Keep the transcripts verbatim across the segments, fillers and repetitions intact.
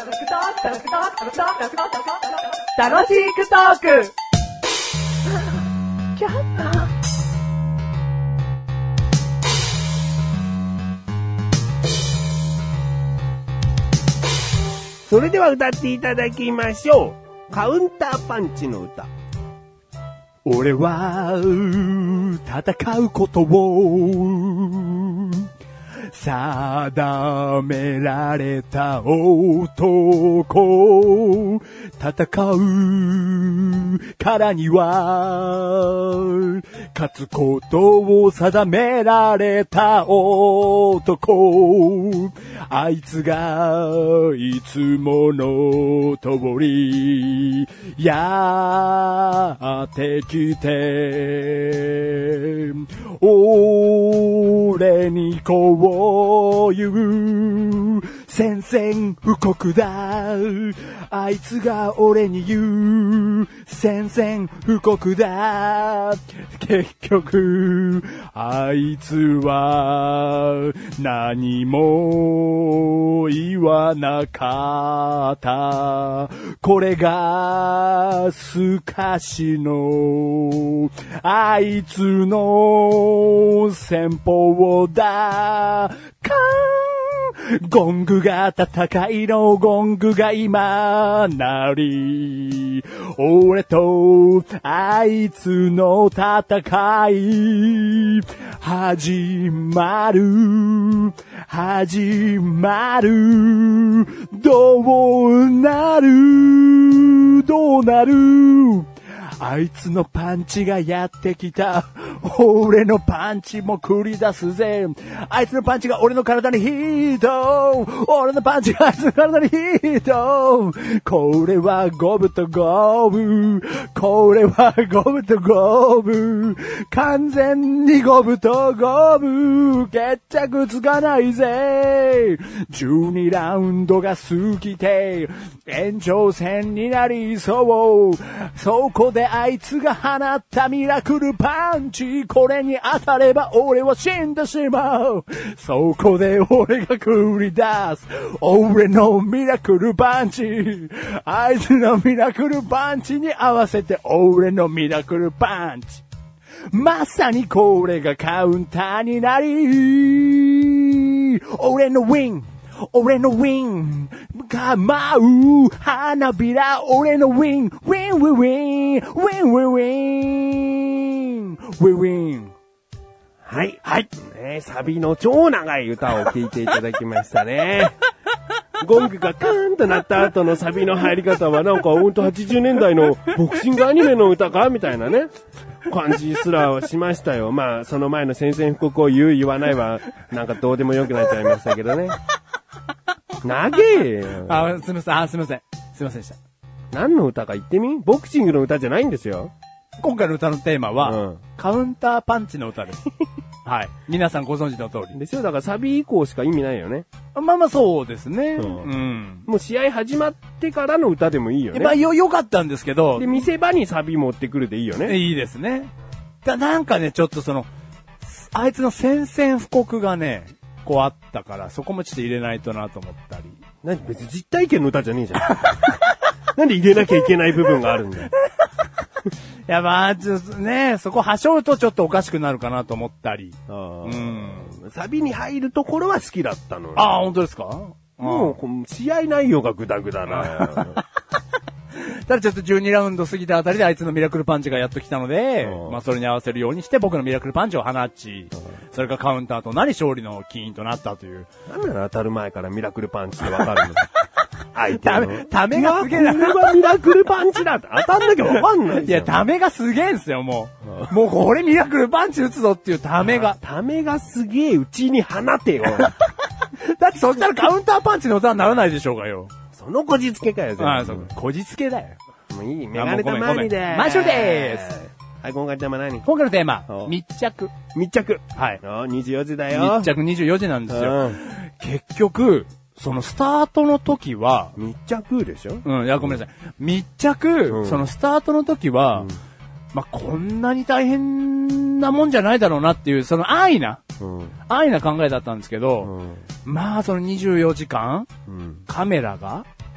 楽しくトークそれでは歌っていただきましょう。カウンターパンチの歌。 俺は戦うことを定められた男、戦うからには勝つことを定められた男、あいつがいつもの通りやってきて、俺にこういう宣戦布告だ、あいつが俺に言う宣戦布告だ、結局あいつは何も言わなかった。これがスカシのあいつの戦法だ。カーン、ゴングが戦いのゴングが今鳴り、俺とあいつの戦い始まる始まる、どうなるどうなる、あいつのパンチがやってきた。俺のパンチも繰り出すぜ。あいつのパンチが俺の体にヒート。俺のパンチがあいつの体にヒート。これはゴムとゴム。これはゴムとゴム。完全にゴムとゴム。決着つかないぜ。じゅうにラウンドが過ぎて延長戦になりそう。そこであいつが放ったミラクルパンチ、これに当たれば俺は死んでしまう。そこで俺が繰り出す俺のミラクルパンチ、あいつのミラクルパンチに合わせて俺のミラクルパンチ、まさにこれがカウンターになり、俺のウィン俺のウィンが舞う花びら、俺のウィンウィンウィンウィンウィンウィンウィンウィンウィン。 はいはいね、サビの超長い歌を聴いていただきましたね。ゴングがカーンと鳴った後のサビの入り方はなんかほんとはちじゅうねんだいのボクシングアニメの歌かみたいなね感じすらしましたよ。まあその前の宣戦布告を言う言わないはなんかどうでもよくなっちゃいましたけどね。長えよ。 あ、すみません、あ、すみません。すみませんでした。 何の歌か言ってみ？ボクシングの歌じゃないんですよ。 今回の歌のテーマは、 うん、 カウンターパンチの歌です。はい。皆さんご存知の通り。 ですよ。だからサビ以降しか意味ないよね。 まあまあそうですね。 うん。 うん、 もう試合始まってからの歌でもいいよね。 まあよ、よかったんですけど。 で、見せ場にサビ持ってくるでいいよね。 いいですね。だ、なんかね、ちょっとその、あいつの宣戦布告がね、こうあったから、そこもちょっと入れないとなと思ったり。 何別に実体験の歌じゃねえじゃん。なんで入れなきゃいけない部分があるんだよ。 いやまあ、ちょっとね、そこはしょうとちょっとおかしくなるかなと思ったり。 あうん。 サビに入るところは好きだったの。 ああ、本当ですか？ もう、試合内容がグダグダな。 ただちょっとじゅうにラウンド過ぎたあたりであいつのミラクルパンチがやっと来たので、まあそれに合わせるようにして僕のミラクルパンチを放ち、それがカウンターとなり勝利の起因となったという。 なんなの当たる前からミラクルパンチってわかるの？相手の。 ためがすげえな。 これはミラクルパンチだって当たんなきゃわかんないじゃん。いや、ためがすげえんすよ、もう。もうこれミラクルパンチ打つぞっていうためが。 ためがすげえうちに放てよ。 だってそしたらカウンターパンチの歌にならないでしょうがよ。 そのこじつけかよ、全部。 ああ、そう。こじつけだよ。 もういい、メガネたまりでーす。 マッシュでーす。 はい、今回のテーマ何？ 今回のテーマ、密着。 密着。 はい。 にじゅうよじだよ。 密着にじゅうよじなんですよ。結局、そのスタートの時は、 密着でしょ？ うん、いや、ごめんなさい。密着、うん、そのスタートの時は、うん、まあ、こんなに大変なもんじゃないだろうなっていう、その安易な、うん、安易な考えだったんですけど、うん、まあ、そのにじゅうよじかん、うん、カメラが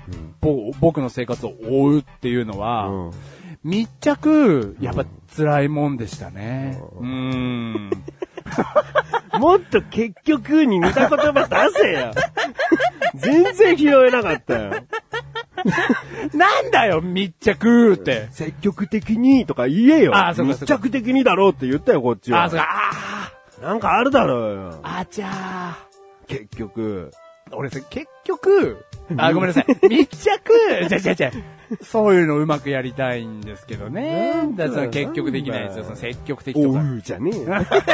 ぼ僕の生活を追うっていうのは、 うん、 密着、やっぱ辛いもんでしたね。うーん。 もっと結局に似た言葉出せよ。全然拾えなかったよ。 なんだよ、密着って。 積極的にとか言えよ。 あ、そうかそうか。 密着的にだろうって言ったよ、こっちは。 あ、そうか。ああ。なんかあるだろうよ。 あちゃー。結局。 俺さ、結局、あ、ごめんなさい。密着じゃじゃじゃそういうのうまくやりたいんですけどね。だからその結局できないんですよ。その積極的とか。 おうじゃねえよ。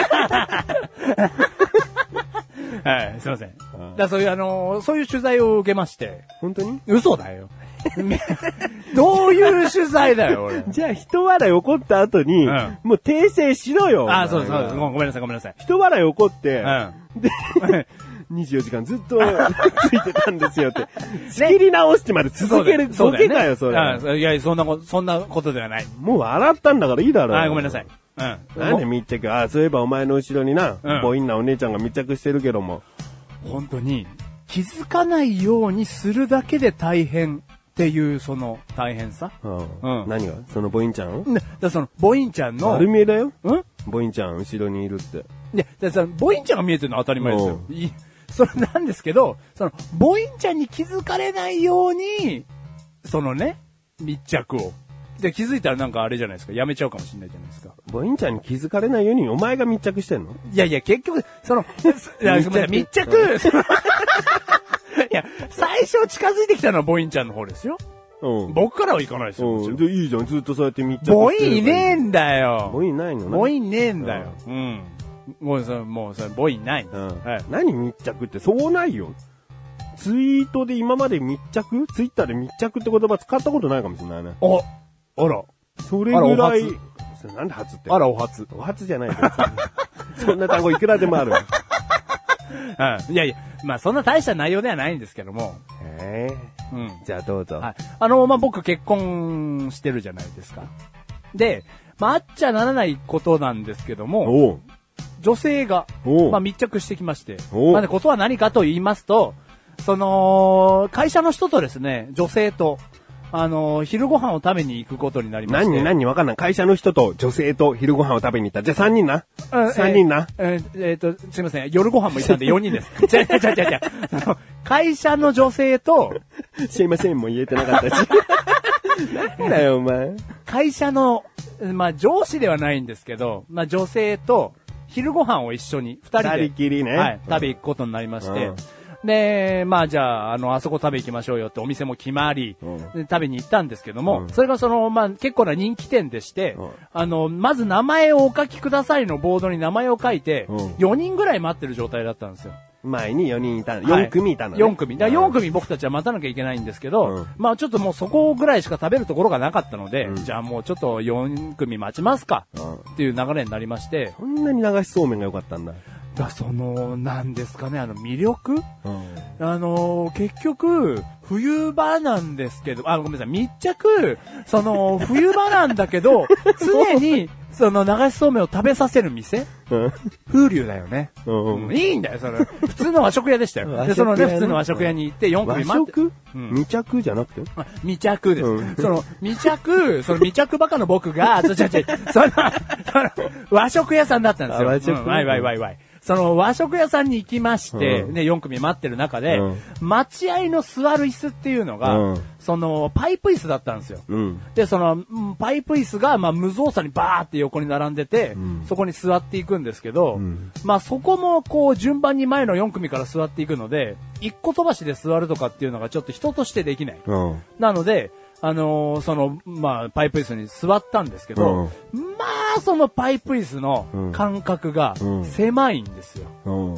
はい、すいません。だからそういうあのー、そういう取材を受けまして。 本当に？ 嘘だよ。どういう取材だよ、俺。 じゃあ、人笑い起こった後に、うん、もう訂正しろよ。 あ、そうそう。ごめんなさい、ごめんなさい。 人笑い起こって、うん、で、にじゅうよじかんずっとついてたんですよって。仕切り直してまで続けるボケかよ、それ。 あ、いや、そんなこと、そんなことではない。 もう笑ったんだからいいだろう。 あ、ごめんなさい。うん。 なんで密着？あ、そういえばお前の後ろにな、うん、母音なお姉ちゃんが密着してるけども。 本当に、気づかないようにするだけで大変っていう、その大変さ。 うん。うん、何が？その母音ちゃん？ だからその母音ちゃんの。 丸見えだよ。うん母音ちゃん後ろにいるって。 いや、だから母音ちゃんが見えてるのは当たり前ですよ。いそれなんですけど、その母音ちゃんに気づかれないように、そのね、密着を。で、気づいたらなんかあれじゃないですか。やめちゃうかもしれないじゃないですか。 母音ちゃんに気づかれないようにお前が密着してんの？ いやいや、結局、その、いや密着。密着いや、最初近づいてきたのは母音ちゃんの方ですよ。うん。僕からは行かないですよ。 うん。で、いいじゃん。ずっとそうやって密着して母音いねえんだよ。 母音ないのね。 母音ねえんだよ。うん。うんもうその、もうその母音ないんです。うんはい、何密着ってそうないよ。ツイートで今まで密着ツイッターで密着って言葉使ったことないかもしれないね。 あ、あら。 それぐらい。それなんで初って。 あら、お初。 お初じゃないですそんな単語いくらでもある。 うん。いやいや、まあそんな大した内容ではないんですけども。 へえ。うん。じゃあどうぞ。はい。 あの、まあ僕結婚してるじゃないですか。で、まああっちゃならないことなんですけども。おう。女性が、まあ、密着してきまして。まあね、ことは何かと言いますと、その、会社の人とですね、女性と、あの、昼ご飯を食べに行くことになりまして。 何何わかんない。会社の人と女性と昼ご飯を食べに行った。じゃあさんにんな。さんにんな。 えー、えー、えー、と、すいません。夜ご飯も行ったんでよにんです。違う違う違う違う。会社の女性と、 すいませんも言えてなかったし。なんだよ、お前。 会社の、まあ、上司ではないんですけど、まあ、女性と、昼ご飯を一緒に、二人で。 二人きりね。 はい。食べ行くことになりまして。うん、で、まあじゃあ、あの、あそこ食べ行きましょうよってお店も決まり、うん、で食べに行ったんですけども、うん、それがその、まあ結構な人気店でして、うん、あの、まず名前をお書きくださいのボードに名前を書いて、うん、よにんぐらい待ってる状態だったんですよ。 前によにんいた、よん組いたのね。 よん組。だよん組僕たちは待たなきゃいけないんですけど、うん、まあちょっともうそこぐらいしか食べるところがなかったので、うん、じゃあもうちょっとよん組待ちますか、うん、っていう流れになりまして。 そんなに流しそうめんが良かったんだ。 だその、なんですかね、あの魅力、うん、あの、結局、冬場なんですけど、あ、ごめんなさい、密着、その、冬場なんだけど、常に、その流しそうめんを食べさせる店、うん、風流だよね、うんうん。いいんだよ、それ。普通の和食屋でしたよ。で、そのね、普通の和食屋に行ってよん組待って。 和食、うん、密着じゃなくて密着です。うん、その、密着、その密着バカの僕が、ちょちょちょ、その、その、和食屋さんだったんですよ。和食、うん、わいわいわいわい。その和食屋さんに行きまして、うん、ね、よん組待ってる中で、うん、待合の座る椅子っていうのが、うん、その、パイプ椅子だったんですよ。うん、で、その、パイプ椅子が、まあ、無造作にバーって横に並んでて、うん、そこに座っていくんですけど、うん、まあ、そこも、こう、順番に前のよん組から座っていくので、一個飛ばしで座るとかっていうのがちょっと人としてできない。うん、なので、あのー、その、まあ、パイプ椅子に座ったんですけど、うん、まあ、そのパイプ椅子の間隔が狭いんですよ。うん。うん。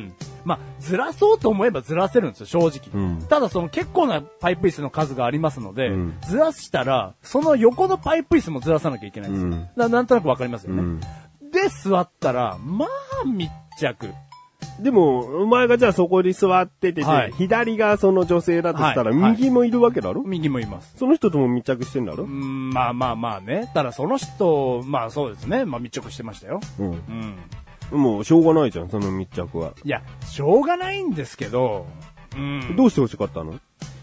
まあ、ずらそうと思えばずらせるんですよ、正直。うん、ただ、その結構なパイプ椅子の数がありますので、うん、ずらしたら、その横のパイプ椅子もずらさなきゃいけないんですよ。うん、だなんとなくわかりますよね。うん、で、座ったら、まあ、密着。 でも、お前がじゃあそこに座っててて、はい、左がその女性だとしたら、はい、右もいるわけだろ、はい、 右もいます。 その人とも密着してんだろうん、まあまあまあね。ただその人、まあそうですね。まあ密着してましたよ。うん。 うん。もうしょうがないじゃん、その密着は。 いや、しょうがないんですけど、 うん。どうして欲しかったの？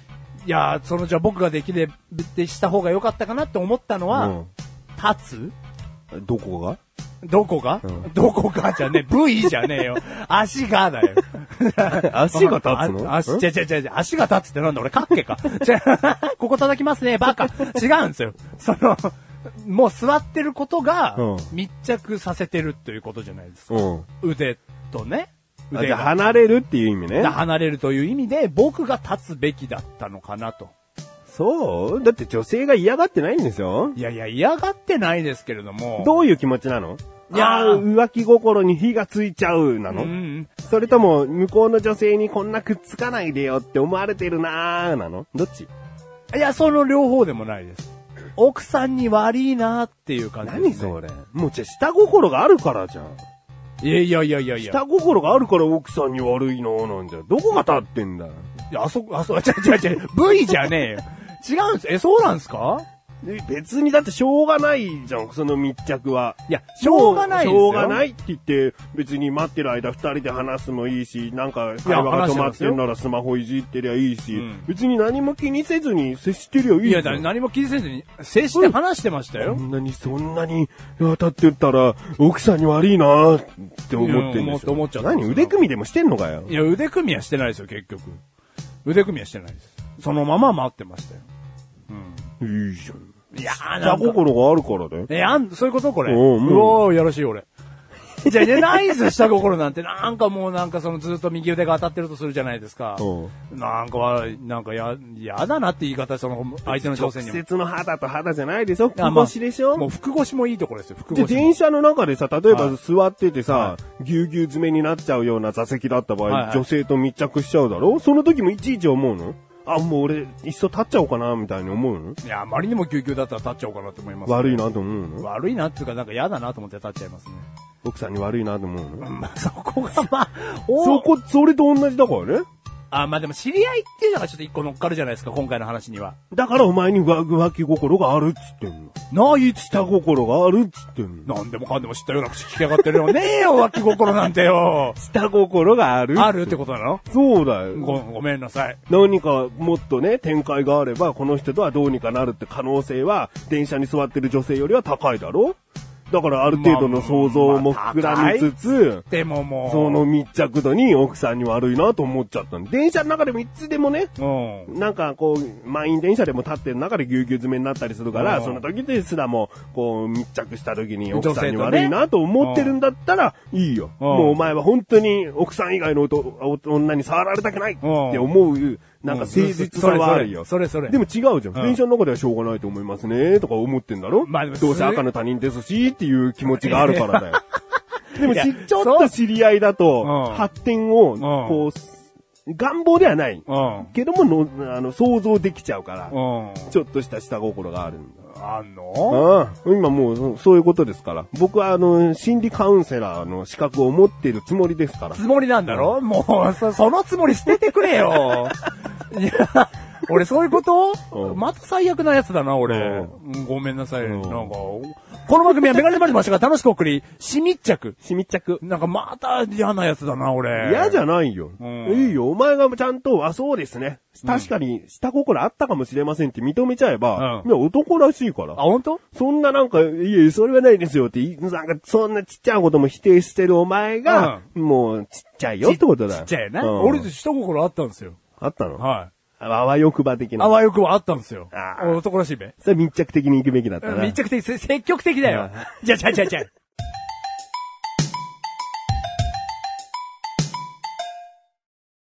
いや、そのじゃあ僕ができれでした方が良かったかなって思ったのは、うん、立つどこがどこが、うん、どこがじゃねえ、部位じゃねえよ。足がだよ。 足が立つの？ 足、ちゃちゃちゃちゃ、足が立つってなんだ俺、かっけか。じゃここ叩きますね、バカ。違うんですよ。その、もう座ってることが密着させてるということじゃないですか。うん、腕とね。 腕が離れるっていう意味ね。 離れるという意味で僕が立つべきだったのかなと。 そうだって女性が嫌がってないんですよ。 いやいや、嫌がってないですけれども。 どういう気持ちなの？いや浮気心に火がついちゃうなの、うん、それとも向こうの女性にこんなくっつかないでよって思われてるなーなの？どっち？ いや、その両方でもないです。奥さんに悪いなーっていう感じですね。 何それ？もうじゃ下心があるからじゃん。 いやいやいやいやいや。 下心があるから奥さんに悪いのなんじゃ。どこが立ってんだよ。 いや、あそ、あそ、ちゃちゃちゃ、部位じゃねえよ。違うんです。え、そうなんですか？ 別にだってしょうがないじゃん、その密着は。 いや、しょうがないですよ。 しょうがないって言って、別に待ってる間二人で話すもいいし、なんか会話が止まってんならスマホいじってりゃいいし、うん、別に何も気にせずに接してりゃいいじゃん。 いや、何も気にせずに接して話してましたよ。 うん、そんなに、そんなに当たってったら、奥さんに悪いなーって思ってんでしょ。 思っちゃった。 何腕組みでもしてんのかよ。 いや、腕組みはしてないですよ、結局。腕組みはしてないです。そのまま待ってましたよ。 うん。いいじゃん。 いやー下心があるからだよ。 え、あん、そういうことこれ。うおー、よろしい俺。じゃあね、ないです下心なんて、なんかもうなんかそのずっと右腕が当たってるとするじゃないですか。なんかは、なんかや、やだなって言い方、その相手の女性にも。 直接の肌と肌じゃないでしょ？服越しでしょ？ もう服越しもいいところですよ、服越し。 で、電車の中でさ、例えば座っててさ、はい、ぎゅうぎゅう詰めになっちゃうような座席だった場合、はいはい、女性と密着しちゃうだろ？その時もいちいち思うの？あ、もう俺、いっそ立っちゃおうかな、みたいに思うの？ いや、あまりにも救急だったら立っちゃおうかなと思います、 ね。悪いなと思うの？ 悪いなっていうか、なんか嫌だなと思って立っちゃいますね。 奥さんに悪いなと思うの？ まあ、そこがまあ、 そこ、それと同じだからね。 あ、まあでも知り合いっていうのがちょっと一個乗っかるじゃないですか、今回の話には。 だからお前に浮気心があるっつってんの。ないっつった心があるっつってんの。 なんでもかんでも知ったような口聞きやがってるよ。ねえよ、浮気心なんてよ。 下心があるあるってことなの？ そうだよ。 ご、ごめんなさい。 何かもっとね、展開があれば、この人とはどうにかなるって可能性は、電車に座ってる女性よりは高いだろ？だからある程度の想像も膨らみつつ、 でももう、 その密着度に奥さんに悪いなと思っちゃったんで、電車の中でもいつでもね、うん、なんかこう、満員電車でも立ってる中でぎゅうぎゅう詰めになったりするから、うん、その時ですらも、こう、密着した時に奥さんに悪いなと思ってるんだったら、いいよ。うん、もうお前は本当に奥さん以外の女に触られたくないって思う、なんか誠実さはあるよ。 それそれ。 でも違うじゃん。電車の中ではしょうがないと思いますね、とか思ってんだろ？まあでもどうせ赤の他人ですし、っていう気持ちがあるからだよ。でもちょっと知り合いだと、発展を、こう、願望ではない。けどもの、あの、想像できちゃうから、ちょっとした下心があるんだ。 あんの？ ああ、今もうそういうことですから。僕はあの、心理カウンセラーの資格を持っているつもりですから。 つもりなんだろ？もう、そ、そのつもり捨ててくれよ。いや、俺そういうこと？うん、また最悪なやつだな、俺。うん、ごめんなさい。うん、なんか、この番組はメガネマリマシが楽しく送り、し密着。 し密着。 なんかまた嫌なやつだな、俺。 嫌じゃないよ。うん、いいよ。お前がちゃんと、あ、そうですね。確かに、下心あったかもしれませんって認めちゃえば、うん、いや、男らしいから。 あ、本当？ そんななんか、いや、それはないですよって、なんか、そんなちっちゃいことも否定してるお前が、うん、もう、ちっちゃいよってことだよ。 ちっちゃいな。うん、俺、下心あったんですよ。 あったの？ はい。 あわよくば的な。 あわよくばあったんですよ。ああ。男らしいべ。 それ密着的に行くべきだったな。 密着的、積極的だよ。じゃあじゃあじゃあじゃあ。